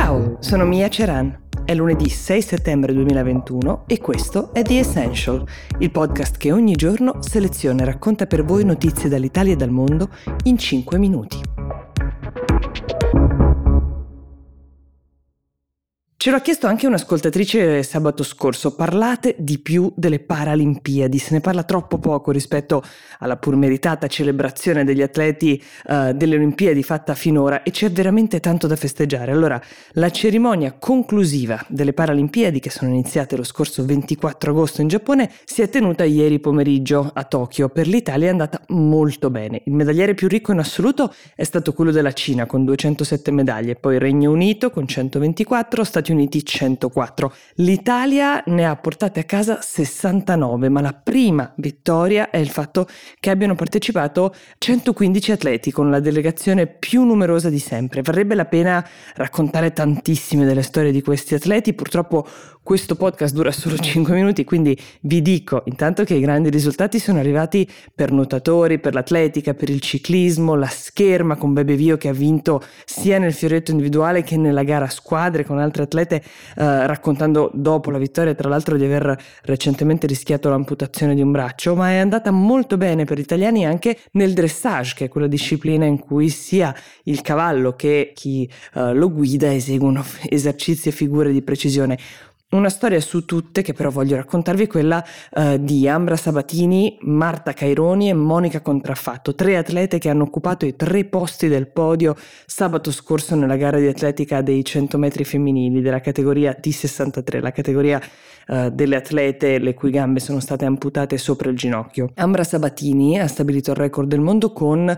Ciao, sono Mia Ceran. È lunedì 6 settembre 2021 e questo è The Essential, il podcast che ogni giorno seleziona e racconta per voi notizie dall'Italia e dal mondo in 5 minuti. Ce l'ha chiesto anche un'ascoltatrice sabato scorso: parlate di più delle Paralimpiadi, se ne parla troppo poco rispetto alla pur meritata celebrazione degli atleti delle Olimpiadi fatta finora, e c'è veramente tanto da festeggiare. Allora, la cerimonia conclusiva delle Paralimpiadi, che sono iniziate lo scorso 24 agosto in Giappone, si è tenuta ieri pomeriggio a Tokyo. Per l'Italia è andata molto bene. Il medagliere più ricco in assoluto è stato quello della Cina con 207 medaglie, poi il Regno Unito con 124, Stati Uniti 104. L'Italia ne ha portate a casa 69, ma la prima vittoria è il fatto che abbiano partecipato 115 atleti, con la delegazione più numerosa di sempre. Varrebbe la pena raccontare tantissime delle storie di questi atleti. Purtroppo questo podcast dura solo 5 minuti, quindi vi dico intanto che i grandi risultati sono arrivati per nuotatori, per l'atletica, per il ciclismo, la scherma con Bebe Vio, che ha vinto sia nel fioretto individuale che nella gara a squadre con altre atlete, raccontando dopo la vittoria tra l'altro di aver recentemente rischiato l'amputazione di un braccio. Ma è andata molto bene per gli italiani anche nel dressage, che è quella disciplina in cui sia il cavallo che chi lo guida eseguono esercizi e figure di precisione. Una storia su tutte che però voglio raccontarvi è quella di Ambra Sabatini, Marta Caironi e Monica Contraffatto, 3 atlete che hanno occupato i 3 posti del podio sabato scorso nella gara di atletica dei 100 metri femminili della categoria T63, la categoria delle atlete le cui gambe sono state amputate sopra il ginocchio. Ambra Sabatini ha stabilito il record del mondo con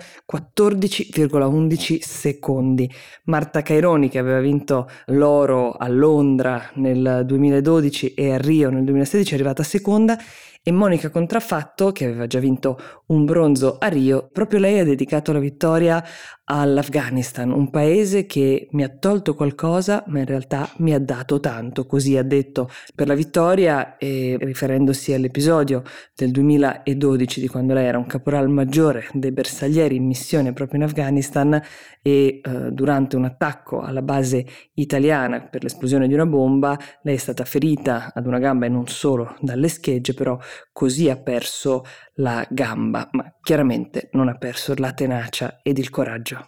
14,11 secondi. Marta Caironi, che aveva vinto l'oro a Londra nel 2012 e a Rio nel 2016, è arrivata seconda, e Monica Contraffatto, che aveva già vinto un bronzo a Rio, proprio lei ha dedicato la vittoria all'Afghanistan, un paese che mi ha tolto qualcosa ma in realtà mi ha dato tanto, così ha detto per la vittoria, e riferendosi all'episodio del 2012 di quando lei era un caporal maggiore dei bersaglieri in missione proprio in Afghanistan e durante un attacco alla base italiana per l'esplosione di una bomba lei è stata ferita ad una gamba e non solo dalle schegge, però così ha perso la gamba, ma chiaramente non ha perso la tenacia ed il coraggio.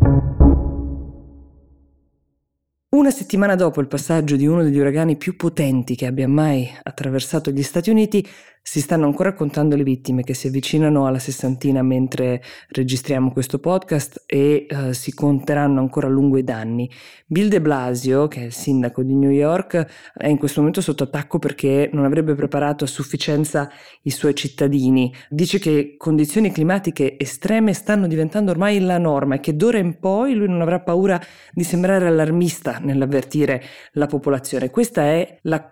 Una settimana dopo il passaggio di uno degli uragani più potenti che abbia mai attraversato gli Stati Uniti, si stanno ancora contando le vittime, che si avvicinano alla 60 mentre registriamo questo podcast, e si conteranno ancora a lungo i danni. Bill de Blasio, che è il sindaco di New York, è in questo momento sotto attacco perché non avrebbe preparato a sufficienza i suoi cittadini. Dice che condizioni climatiche estreme stanno diventando ormai la norma e che d'ora in poi lui non avrà paura di sembrare allarmista nell'avvertire la popolazione. Questa è la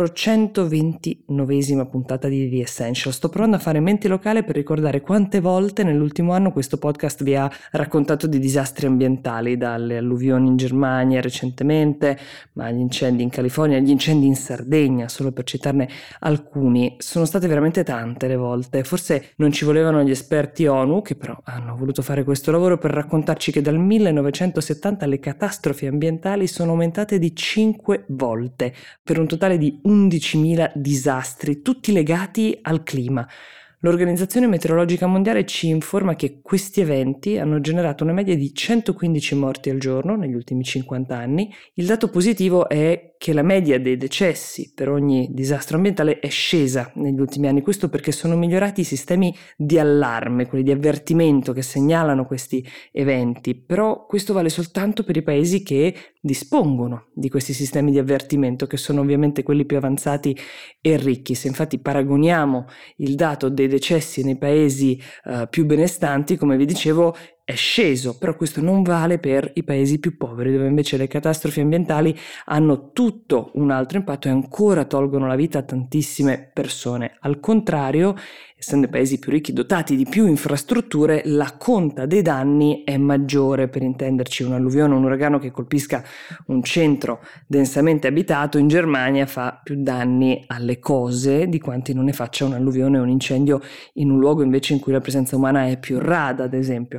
429esima puntata di The Essential. Sto provando a fare mente locale per ricordare quante volte nell'ultimo anno questo podcast vi ha raccontato di disastri ambientali, dalle alluvioni in Germania recentemente, ma agli incendi in California, agli incendi in Sardegna, solo per citarne alcuni. Sono state veramente tante le volte. Forse non ci volevano gli esperti ONU, che però hanno voluto fare questo lavoro, per raccontarci che dal 1970 le catastrofi ambientali sono aumentate di 5 volte, per un totale di 11.000 disastri, tutti legati al clima. L'Organizzazione Meteorologica Mondiale ci informa che questi eventi hanno generato una media di 115 morti al giorno negli ultimi 50 anni. Il dato positivo è che la media dei decessi per ogni disastro ambientale è scesa negli ultimi anni. Questo perché sono migliorati i sistemi di allarme, quelli di avvertimento che segnalano questi eventi. Però questo vale soltanto per i paesi che dispongono di questi sistemi di avvertimento, che sono ovviamente quelli più avanzati e ricchi. Se infatti paragoniamo il dato dei decessi nei paesi più benestanti, come vi dicevo, è sceso, però questo non vale per i paesi più poveri, dove invece le catastrofi ambientali hanno tutto un altro impatto e ancora tolgono la vita a tantissime persone. Al contrario, essendo i paesi più ricchi dotati di più infrastrutture, la conta dei danni è maggiore. Per intenderci, un'alluvione o un uragano che colpisca un centro densamente abitato in Germania fa più danni alle cose di quanti non ne faccia un'alluvione o un incendio in un luogo invece in cui la presenza umana è più rada, ad esempio.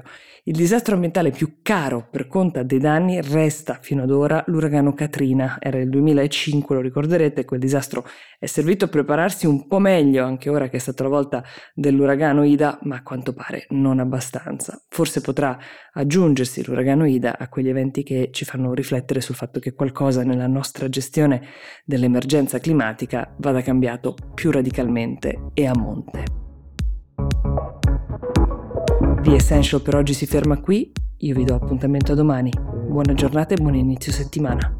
Il disastro ambientale più caro per conto dei danni resta fino ad ora l'uragano Katrina. Era il 2005, lo ricorderete, quel disastro è servito a prepararsi un po' meglio anche ora che è stata la volta dell'uragano Ida, ma a quanto pare non abbastanza. Forse potrà aggiungersi l'uragano Ida a quegli eventi che ci fanno riflettere sul fatto che qualcosa nella nostra gestione dell'emergenza climatica vada cambiato più radicalmente e a monte. The Essential per oggi si ferma qui, io vi do appuntamento a domani. Buona giornata e buon inizio settimana.